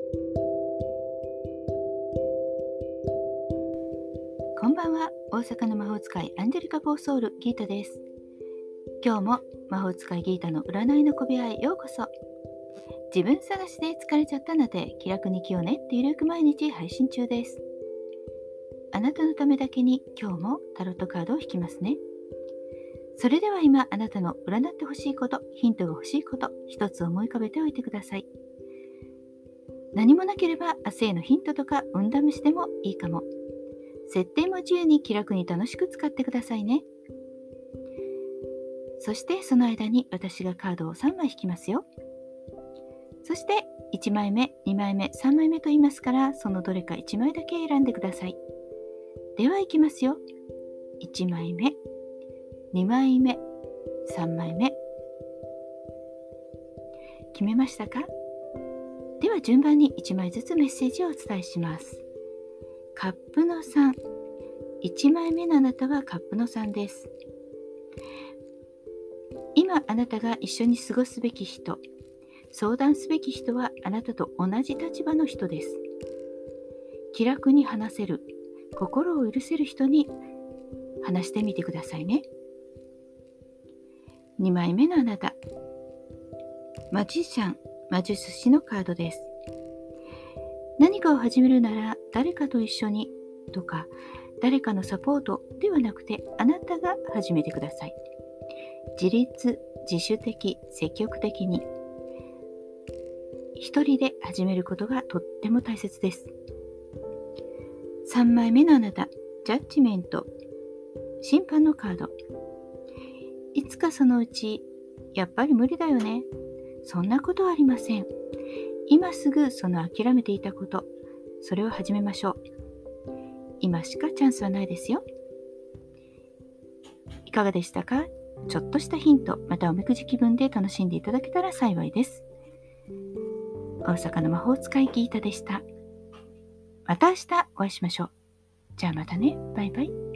こんばんは。大阪の魔法使いアンジェリカ・フォーソウルギータです。今日も魔法使いギータの占いの小部屋へようこそ。自分探しで疲れちゃったので気楽に生きようねってゆるく毎日配信中です。あなたのためだけに今日もタロットカードを引きますね。それでは今あなたの占ってほしいこと、ヒントが欲しいこと、一つ思い浮かべておいてください。何もなければ明日へのヒントとか運試しでもいいかも。設定も自由に気楽に楽しく使ってくださいね。そしてその間に私がカードを3枚引きますよ。そして1枚目、2枚目、3枚目と言いますから、そのどれか1枚だけ選んでください。では行きますよ。1枚目、2枚目、3枚目。決めましたか？では順番に1枚ずつメッセージをお伝えします。カップの3、1枚目のあなたはカップの3です。今あなたが一緒に過ごすべき人、相談すべき人はあなたと同じ立場の人です。気楽に話せる、心を許せる人に話してみてくださいね。2枚目のあなた、マジシャン、魔術師のカードです。何かを始めるなら誰かと一緒にとか誰かのサポートではなくてあなたが始めてください。自立、自主的、積極的に一人で始めることがとっても大切です。3枚目のあなた、ジャッジメント、審判のカード。いつかそのうちやっぱり無理だよね。そんなことはありません。今すぐその諦めていたこと、それを始めましょう。今しかチャンスはないですよ。いかがでしたか？ちょっとしたヒント、またおみくじ気分で楽しんでいただけたら幸いです。大阪の魔法使いギータでした。また明日お会いしましょう。じゃあまたね。バイバイ。